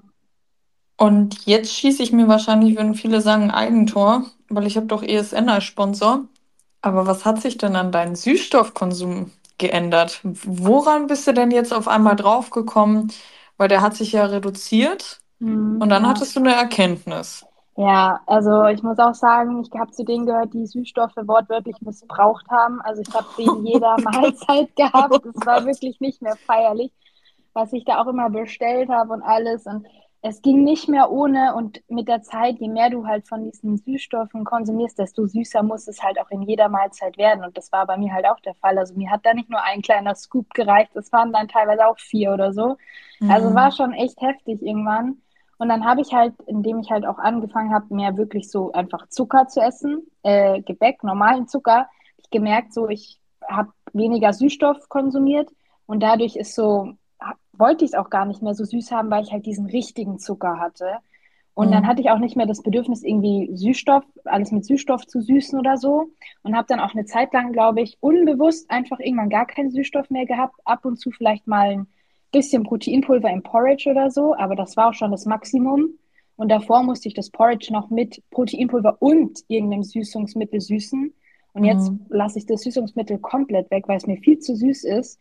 Und jetzt schieße ich mir wahrscheinlich, würden viele sagen, ein Eigentor, weil ich habe doch ESN als Sponsor. Aber was hat sich denn an deinem Süßstoffkonsum geändert? Woran bist du denn jetzt auf einmal draufgekommen? Weil der hat sich ja reduziert und dann Ja. hattest du eine Erkenntnis. Ja, also ich muss auch sagen, ich habe zu denen gehört, die Süßstoffe wortwörtlich missbraucht haben. Also ich habe sie in Oh jeder Gott. Mahlzeit Oh gehabt. Es war Gott. wirklich nicht mehr feierlich, was ich da auch immer bestellt habe und alles. Und es ging nicht mehr ohne. Und mit der Zeit, je mehr du halt von diesen Süßstoffen konsumierst, desto süßer muss es halt auch in jeder Mahlzeit werden. Und das war bei mir halt auch der Fall. Also mir hat da nicht nur ein kleiner Scoop gereicht, es waren dann teilweise auch 4 oder so. Also war Mhm. schon echt heftig irgendwann. Und dann habe ich halt, indem ich halt auch angefangen habe, mehr wirklich so einfach Zucker zu essen, Gebäck, normalen Zucker, hab ich gemerkt, so ich habe weniger Süßstoff konsumiert und dadurch ist so, wollte ich es auch gar nicht mehr so süß haben, weil ich halt diesen richtigen Zucker hatte. Und dann hatte Mhm. ich auch nicht mehr das Bedürfnis, irgendwie Süßstoff, alles mit Süßstoff zu süßen oder so. Und habe dann auch eine Zeit lang, glaube ich, unbewusst einfach irgendwann gar keinen Süßstoff mehr gehabt. Ab und zu vielleicht mal ein bisschen Proteinpulver im Porridge oder so, aber das war auch schon das Maximum. Und davor musste ich das Porridge noch mit Proteinpulver und irgendeinem Süßungsmittel süßen. Und jetzt Mhm. lasse ich das Süßungsmittel komplett weg, weil es mir viel zu süß ist.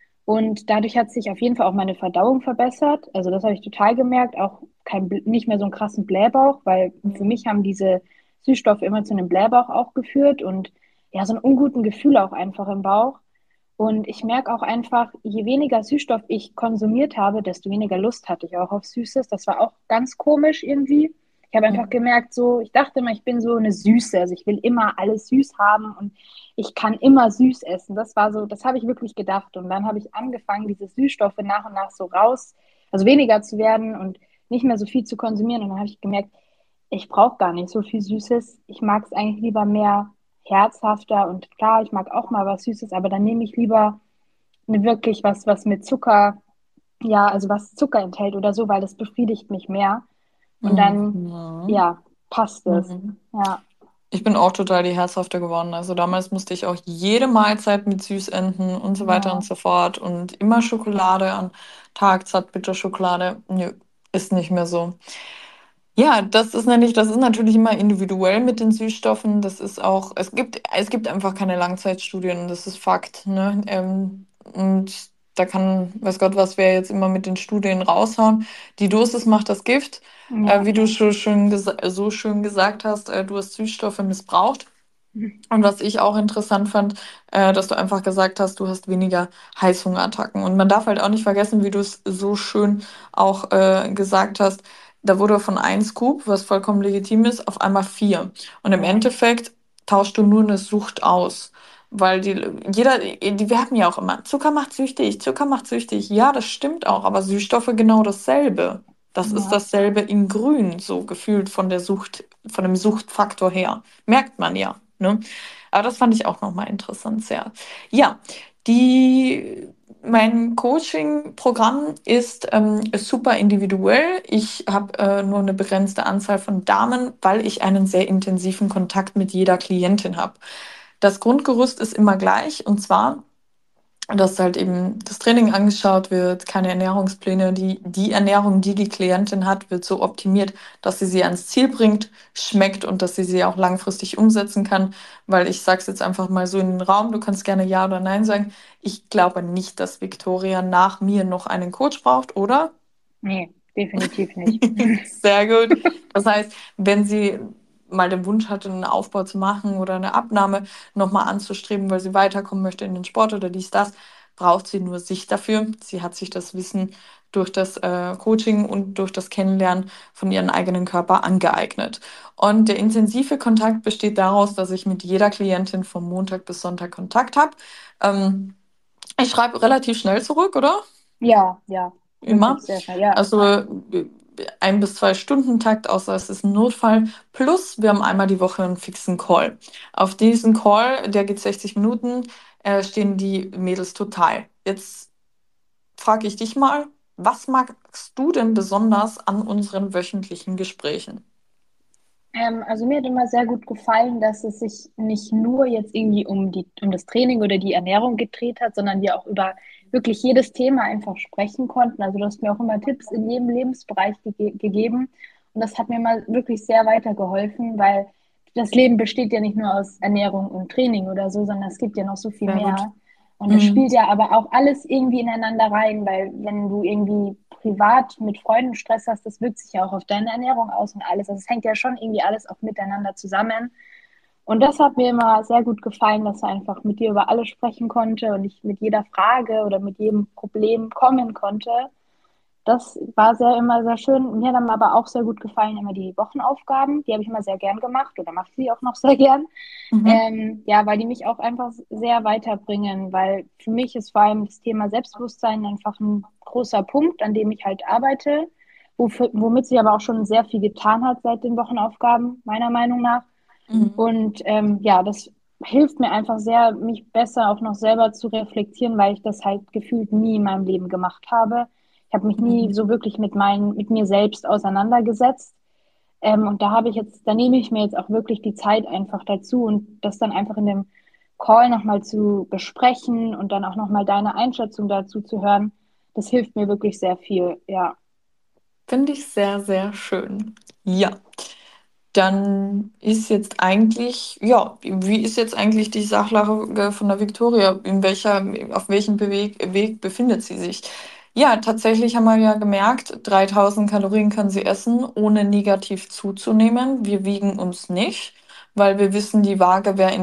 Und dadurch hat sich auf jeden Fall auch meine Verdauung verbessert. Also das habe ich total gemerkt. Auch nicht mehr so einen krassen Blähbauch, weil für mich haben diese Süßstoffe immer zu einem Blähbauch auch geführt und ja, so einen unguten Gefühl auch einfach im Bauch. Und ich merke auch einfach, je weniger Süßstoff ich konsumiert habe, desto weniger Lust hatte ich auch auf Süßes. Das war auch ganz komisch irgendwie. Ich habe einfach Mhm. gemerkt, so, ich dachte immer, ich bin so eine Süße. Also ich will immer alles süß haben und ich kann immer süß essen. Das war so, das habe ich wirklich gedacht. Und dann habe ich angefangen, diese Süßstoffe nach und nach so raus, also weniger zu werden und nicht mehr so viel zu konsumieren. Und dann habe ich gemerkt, ich brauche gar nicht so viel Süßes. Ich mag es eigentlich lieber mehr herzhafter und klar, ich mag auch mal was Süßes, aber dann nehme ich lieber wirklich was mit Zucker, ja, also was Zucker enthält oder so, weil das befriedigt mich mehr. Und dann, Mhm. ja, passt es. Mhm. Ja, Ich bin auch total die Herzhafte geworden. Also damals musste ich auch jede Mahlzeit mit Süßenden und so weiter und ja, so fort und immer Schokolade an Tag, Zartbitterschokolade. Nö, ist nicht mehr so. Ja, das ist natürlich immer individuell mit den Süßstoffen. Das ist auch, es gibt einfach keine Langzeitstudien, das ist Fakt, ne? Und da kann, weiß Gott, was wir jetzt immer mit den Studien raushauen. Die Dosis macht das Gift. ja, Wie du so schön gesagt hast, du hast Süßstoffe missbraucht. Und was ich auch interessant fand, dass du einfach gesagt hast, du hast weniger Heißhungerattacken. Und man darf halt auch nicht vergessen, wie du es so schön auch gesagt hast, da wurde von einem Scoop, was vollkommen legitim ist, auf einmal 4. Und im ja, Endeffekt tauschst du nur eine Sucht aus. Weil die werben ja auch immer, Zucker macht süchtig, Zucker macht süchtig. Ja, das stimmt auch, aber Süßstoffe genau dasselbe. Das ist ja. dasselbe in Grün, so gefühlt von der Sucht, von dem Suchtfaktor her. Merkt man ja, ne? Aber das fand ich auch nochmal interessant, sehr. Ja, die. Mein Coaching-Programm ist super individuell. Ich habe nur eine begrenzte Anzahl von Damen, weil ich einen sehr intensiven Kontakt mit jeder Klientin habe. Das Grundgerüst ist immer gleich, und zwar, dass halt eben das Training angeschaut wird, keine Ernährungspläne. Die Ernährung, die die Klientin hat, wird so optimiert, dass sie ans Ziel bringt, schmeckt und dass sie auch langfristig umsetzen kann. Weil ich sage es jetzt einfach mal so in den Raum, du kannst gerne Ja oder Nein sagen. Ich glaube nicht, dass Victoria nach mir noch einen Coach braucht, oder? Nee, definitiv nicht. Sehr gut. Das heißt, wenn sie mal den Wunsch hatte, einen Aufbau zu machen oder eine Abnahme nochmal anzustreben, weil sie weiterkommen möchte in den Sport oder dies, das, braucht sie nur sich dafür. Sie hat sich das Wissen durch das Coaching und durch das Kennenlernen von ihrem eigenen Körper angeeignet. Und der intensive Kontakt besteht daraus, dass ich mit jeder Klientin von Montag bis Sonntag Kontakt habe. Ähm, Ich schreibe relativ schnell zurück, oder? Ja, ja, Immer. wirklich sehr schnell. Ja, Also 1 bis 2 Stunden Takt, außer es ist ein Notfall. Plus, wir haben einmal die Woche einen fixen Call. Auf diesen Call, der geht 60 Minuten, stehen die Mädels total. Jetzt frage ich dich mal, was magst du denn besonders an unseren wöchentlichen Gesprächen? also mir hat immer sehr gut gefallen, dass es sich nicht nur jetzt irgendwie um das Training oder die Ernährung gedreht hat, sondern wir auch über wirklich jedes Thema einfach sprechen konnten. Also du hast mir auch immer Tipps in jedem Lebensbereich gegeben und das hat mir mal wirklich sehr weitergeholfen, weil das Leben besteht ja nicht nur aus Ernährung und Training oder so, sondern es gibt ja noch so viel Sehr gut. mehr. Und es Mhm. spielt ja aber auch alles irgendwie ineinander rein, weil wenn du irgendwie privat mit Freunden Stress hast, das wirkt sich ja auch auf deine Ernährung aus und alles. Also es hängt ja schon irgendwie alles auch miteinander zusammen. Und das hat mir immer sehr gut gefallen, dass ich einfach mit dir über alles sprechen konnte und ich mit jeder Frage oder mit jedem Problem kommen konnte. Das war immer sehr schön. Mir haben aber auch sehr gut gefallen immer die Wochenaufgaben. Die habe ich immer sehr gern gemacht oder mache sie auch noch sehr gern. Mhm. Ja, weil die mich auch einfach sehr weiterbringen, weil für mich ist vor allem das Thema Selbstbewusstsein einfach ein großer Punkt, an dem ich halt arbeite, womit sich aber auch schon sehr viel getan hat seit den Wochenaufgaben, meiner Meinung nach. Mhm. Und ja, das hilft mir einfach sehr, mich besser auch noch selber zu reflektieren, weil ich das halt gefühlt nie in meinem Leben gemacht habe. Ich habe mich nie Mhm. so wirklich mit mir selbst auseinandergesetzt. Und da nehme ich mir jetzt auch wirklich die Zeit einfach dazu und das dann einfach in dem Call nochmal zu besprechen und dann auch nochmal deine Einschätzung dazu zu hören. Das hilft mir wirklich sehr viel, ja. Finde ich sehr, sehr schön. Ja. Dann ist jetzt eigentlich, ja, wie ist jetzt eigentlich die Sachlage von der Viktoria? Auf welchem Weg befindet sie sich? Ja, tatsächlich haben wir ja gemerkt, 3000 Kalorien kann sie essen, ohne negativ zuzunehmen. Wir wiegen uns nicht, weil wir wissen, die Waage wäre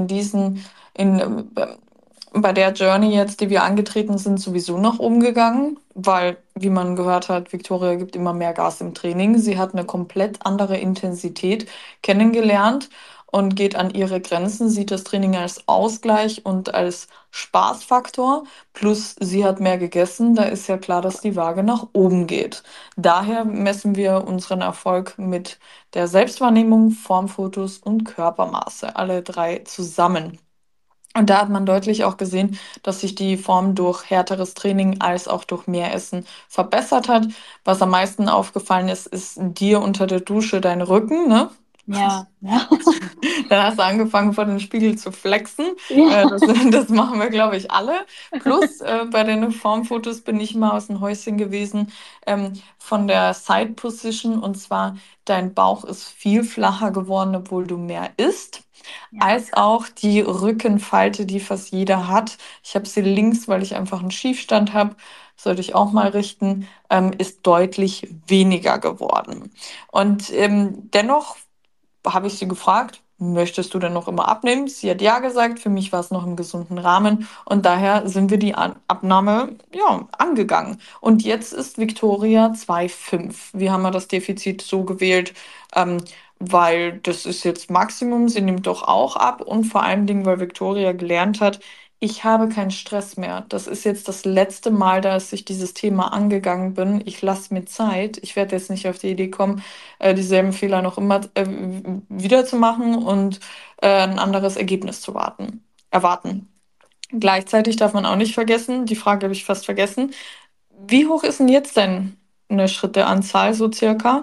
bei der Journey jetzt, die wir angetreten sind, sowieso nach oben gegangen, weil, wie man gehört hat, Victoria gibt immer mehr Gas im Training. Sie hat eine komplett andere Intensität kennengelernt und geht an ihre Grenzen, sieht das Training als Ausgleich und als Spaßfaktor. Plus, sie hat mehr gegessen, da ist ja klar, dass die Waage nach oben geht. Daher messen wir unseren Erfolg mit der Selbstwahrnehmung, Formfotos und Körpermaße, alle drei zusammen. Und da hat man deutlich auch gesehen, dass sich die Form durch härteres Training als auch durch mehr Essen verbessert hat. Was am meisten aufgefallen ist, ist dir unter der Dusche dein Rücken, ne? Ja, ja. Dann hast du angefangen, vor dem Spiegel zu flexen. Ja, Das machen wir, glaube ich, alle. Plus, bei den Formfotos bin ich mal aus dem Häuschen gewesen, von der Side Position. Und zwar, dein Bauch ist viel flacher geworden, obwohl du mehr isst. ja, Als auch die Rückenfalte, die fast jeder hat. Ich habe sie links, weil ich einfach einen Schiefstand habe. Sollte ich auch mal richten, ist deutlich weniger geworden. Und dennoch habe ich sie gefragt, möchtest du denn noch immer abnehmen? Sie hat ja gesagt, für mich war es noch im gesunden Rahmen und daher sind wir die Abnahme ja, angegangen. Und jetzt ist Victoria 2,5. Wir haben ja das Defizit so gewählt, ähm, weil das ist jetzt Maximum, sie nimmt doch auch ab und vor allen Dingen, weil Victoria gelernt hat, ich habe keinen Stress mehr. Das ist jetzt das letzte Mal, dass ich dieses Thema angegangen bin. Ich lasse mir Zeit. Ich werde jetzt nicht auf die Idee kommen, dieselben Fehler noch immer wieder zu machen und ein anderes Ergebnis erwarten. Gleichzeitig darf man auch nicht vergessen, die Frage habe ich fast vergessen, wie hoch ist denn jetzt deine Schritteanzahl so circa?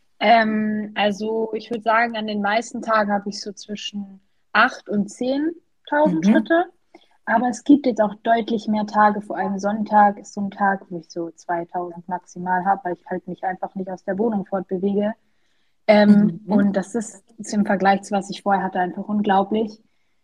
Also ich würde sagen, an den meisten Tagen habe ich so zwischen 8.000 und 10.000 Mhm. Schritte. Aber es gibt jetzt auch deutlich mehr Tage, vor allem Sonntag ist so ein Tag, wo ich so 2.000 maximal habe, weil ich halt mich einfach nicht aus der Wohnung fortbewege. Mhm. Und das ist im Vergleich zu was ich vorher hatte einfach unglaublich.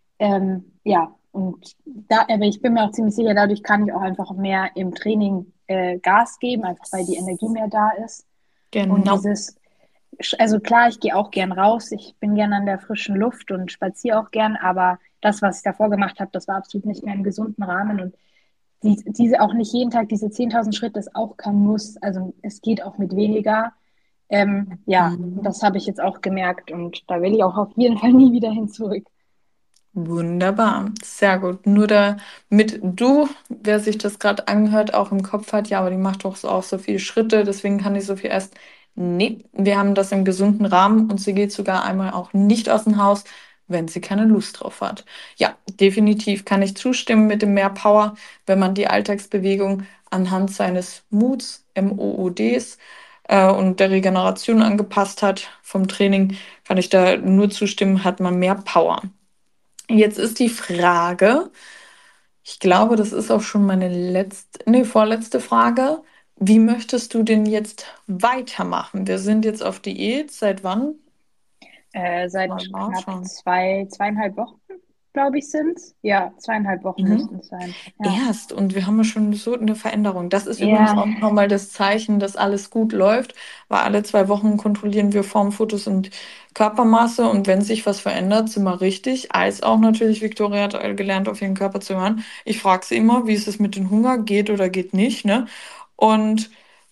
Ja, und aber ich bin mir auch ziemlich sicher, dadurch kann ich auch einfach mehr im Training Gas geben, einfach weil die Energie mehr da ist. Und Genau. also klar, ich gehe auch gern raus, ich bin gern an der frischen Luft und spaziere auch gern, aber das, was ich davor gemacht habe, das war absolut nicht mehr im gesunden Rahmen und diese auch nicht jeden Tag diese 10.000 Schritte ist auch kein Muss, also es geht auch mit weniger. Ja, Mhm. das habe ich jetzt auch gemerkt und da will ich auch auf jeden Fall nie wieder hin zurück. Wunderbar, sehr gut. Nur damit du, wer sich das gerade anhört, auch im Kopf hat, ja, aber die macht doch auch so viele Schritte, deswegen kann die so viel essen. Nee, wir haben das im gesunden Rahmen und sie geht sogar einmal auch nicht aus dem Haus, wenn sie keine Lust drauf hat. Ja, definitiv kann ich zustimmen mit dem mehr Power, wenn man die Alltagsbewegung anhand seines Moods, MOODs, und der Regeneration angepasst hat vom Training, kann ich da nur zustimmen, hat man mehr Power. Jetzt ist die Frage, ich glaube, das ist auch schon meine vorletzte Frage. Wie möchtest du denn jetzt weitermachen? Wir sind jetzt auf Diät. Seit wann? Mal Seit knapp nachschauen. zweieinhalb Wochen, glaube ich, sind es. Ja, 2,5 Wochen Mhm. müssten es sein. Ja. Erst und wir haben ja schon so eine Veränderung. Das ist übrigens Ja, auch nochmal das Zeichen, dass alles gut läuft, weil alle 2 Wochen kontrollieren wir Formfotos und Körpermaße und wenn sich was verändert, sind wir richtig. Als auch natürlich, Victoria hat gelernt, auf ihren Körper zu hören. Ich frage sie immer, wie ist es mit dem Hunger, geht oder geht nicht, ne? Und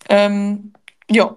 ja,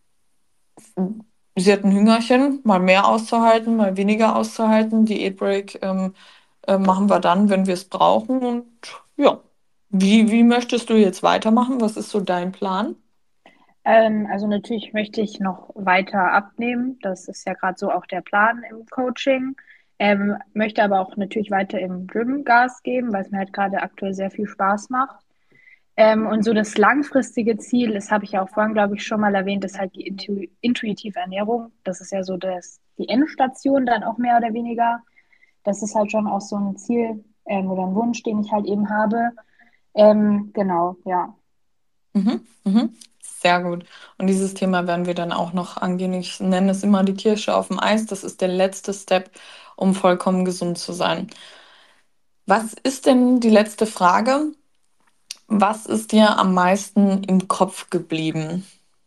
sie hat ein Hüngerchen, mal mehr auszuhalten, mal weniger auszuhalten. Diätbreak machen wir dann, wenn wir es brauchen. Und ja, wie möchtest du jetzt weitermachen? Was ist so dein Plan? also natürlich möchte ich noch weiter abnehmen. Das ist ja gerade so auch der Plan im Coaching. Möchte aber auch natürlich weiter im Gym Gas geben, weil es mir halt gerade aktuell sehr viel Spaß macht. Und so das langfristige Ziel, das habe ich ja auch vorhin, glaube ich, schon mal erwähnt, ist halt die intuitive Ernährung. Das ist ja so die Endstation dann auch mehr oder weniger. Das ist halt schon auch so ein Ziel oder ein Wunsch, den ich halt eben habe. Genau, ja. Mhm, mhm. Sehr gut. Und dieses Thema werden wir dann auch noch angehen. Ich nenne es immer die Kirsche auf dem Eis. Das ist der letzte Step, um vollkommen gesund zu sein. Was ist denn die letzte Frage? Was ist dir am meisten im Kopf geblieben?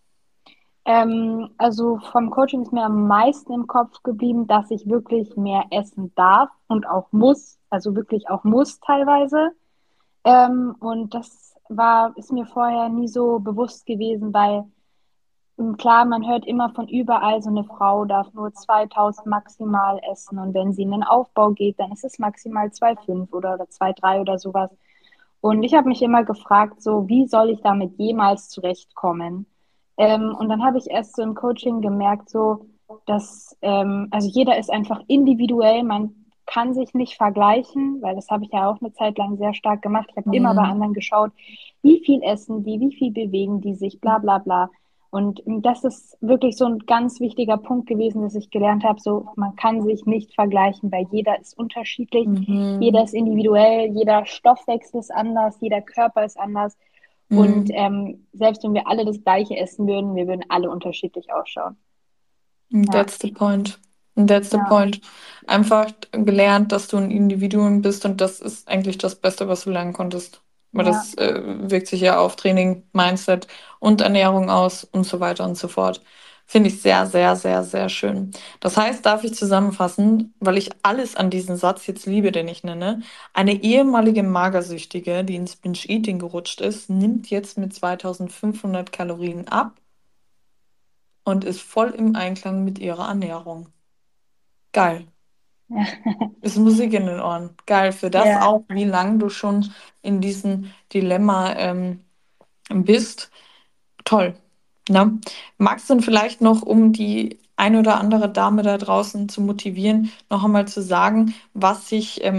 Also vom Coaching ist mir am meisten im Kopf geblieben, dass ich wirklich mehr essen darf und auch muss, also wirklich auch muss teilweise. Und ist mir vorher nie so bewusst gewesen, weil klar, man hört immer von überall, so eine Frau darf nur 2.000 maximal essen und wenn sie in den Aufbau geht, dann ist es maximal 2,5 oder 2,3 oder sowas. Und ich habe mich immer gefragt, so wie soll ich damit jemals zurechtkommen? Und dann habe ich erst so im Coaching gemerkt, so dass also jeder ist einfach individuell, man kann sich nicht vergleichen, weil das habe ich ja auch eine Zeit lang sehr stark gemacht. Ich habe immer bei Mhm. anderen geschaut, wie viel essen die, wie viel bewegen die sich, bla bla bla. Und das ist wirklich so ein ganz wichtiger Punkt gewesen, dass ich gelernt habe, so man kann sich nicht vergleichen, weil jeder ist unterschiedlich, jeder Mhm. ist individuell, jeder Stoffwechsel ist anders, jeder Körper ist anders. Und Mhm. selbst wenn wir alle das Gleiche essen würden, wir würden alle unterschiedlich ausschauen. Ja, That's the point. That's the ja, point. Einfach gelernt, dass du ein Individuum bist und das ist eigentlich das Beste, was du lernen konntest. Weil ja, das wirkt sich ja auf Training, Mindset und Ernährung aus und so weiter und so fort. Finde ich sehr, sehr, sehr, sehr schön. Das heißt, darf ich zusammenfassen, weil ich alles an diesen Satz jetzt liebe, den ich nenne, eine ehemalige Magersüchtige, die ins Binge-Eating gerutscht ist, nimmt jetzt mit 2500 Kalorien ab und ist voll im Einklang mit ihrer Ernährung. Geil. ja, Ist Musik in den Ohren. Geil für das ja. auch, wie lange du schon in diesem Dilemma bist. Toll. Ne? Magst du denn vielleicht noch, um die ein oder andere Dame da draußen zu motivieren, noch einmal zu sagen, was sich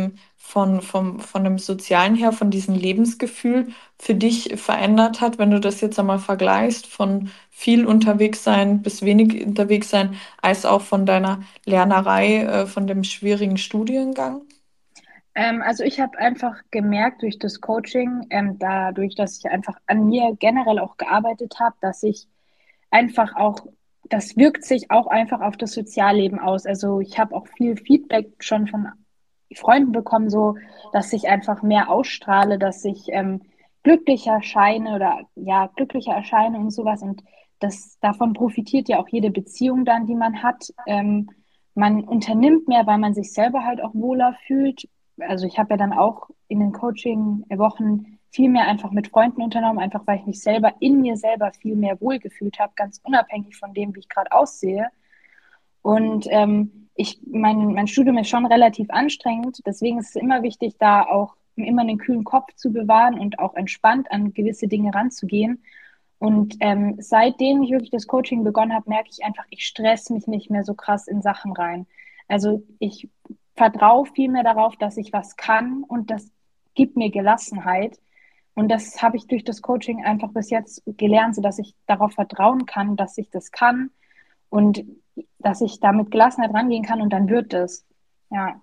von dem Sozialen her, von diesem Lebensgefühl für dich verändert hat, wenn du das jetzt einmal vergleichst, von viel unterwegs sein bis wenig unterwegs sein, als auch von deiner Lernerei, von dem schwierigen Studiengang? Also ich habe einfach gemerkt durch das Coaching, dadurch, dass ich einfach an mir generell auch gearbeitet habe, dass ich einfach auch, das wirkt sich auch einfach auf das Sozialleben aus. Also ich habe auch viel Feedback schon von Freunden bekommen, so dass ich einfach mehr ausstrahle, dass ich glücklicher scheine oder ja, glücklicher erscheine und sowas. Und das, davon profitiert ja auch jede Beziehung dann, die man hat. Man unternimmt mehr, weil man sich selber halt auch wohler fühlt. Also ich habe ja dann auch in den Coaching-Wochen viel mehr einfach mit Freunden unternommen, einfach weil ich mich selber in mir selber viel mehr wohlgefühlt habe, ganz unabhängig von dem, wie ich gerade aussehe. Und mein Studium ist schon relativ anstrengend, deswegen ist es immer wichtig, da auch immer einen kühlen Kopf zu bewahren und auch entspannt an gewisse Dinge ranzugehen. Und seitdem ich wirklich das Coaching begonnen habe, merke ich einfach, ich stress mich nicht mehr so krass in Sachen rein. Also ich vertraue viel mehr darauf, dass ich was kann und das gibt mir Gelassenheit. Und das habe ich durch das Coaching einfach bis jetzt gelernt, sodass ich darauf vertrauen kann, dass ich das kann und dass ich da mit Gelassenheit rangehen kann und dann wird es. Ja.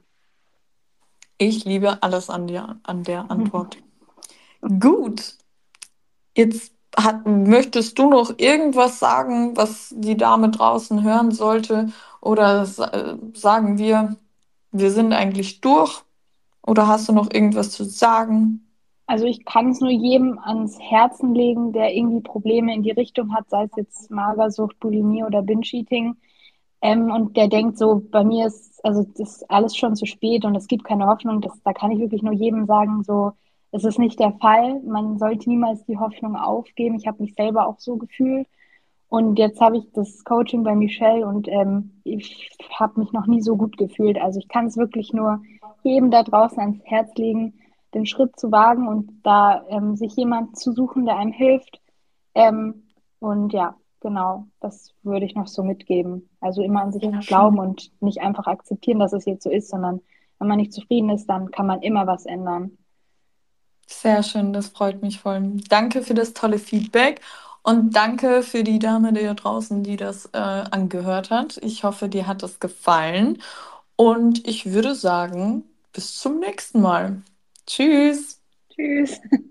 Ich liebe alles an der Antwort. Gut, jetzt möchtest du noch irgendwas sagen, was die Dame draußen hören sollte? Oder sagen wir sind eigentlich durch? Oder hast du noch irgendwas zu sagen? Also ich kann es nur jedem ans Herzen legen, der irgendwie Probleme in die Richtung hat, sei es jetzt Magersucht, Bulimie oder Binge-Eating. Und der denkt so, bei mir ist, also das ist alles schon zu spät und es gibt keine Hoffnung. Da kann ich wirklich nur jedem sagen, so, es ist nicht der Fall. Man sollte niemals die Hoffnung aufgeben. Ich habe mich selber auch so gefühlt. Und jetzt habe ich das Coaching bei Michelle und ich habe mich noch nie so gut gefühlt. Also ich kann es wirklich nur jedem da draußen ans Herz legen, den Schritt zu wagen und da sich jemand zu suchen, der einem hilft. Und ja, genau, das würde ich noch so mitgeben. Also immer an sich Sehr glauben schön. und nicht einfach akzeptieren, dass es jetzt so ist, sondern wenn man nicht zufrieden ist, dann kann man immer was ändern. Sehr schön, das freut mich voll. Danke für das tolle Feedback und danke für die Dame da draußen, die das angehört hat. Ich hoffe, dir hat das gefallen und ich würde sagen, bis zum nächsten Mal. Tschüss. Tschüss.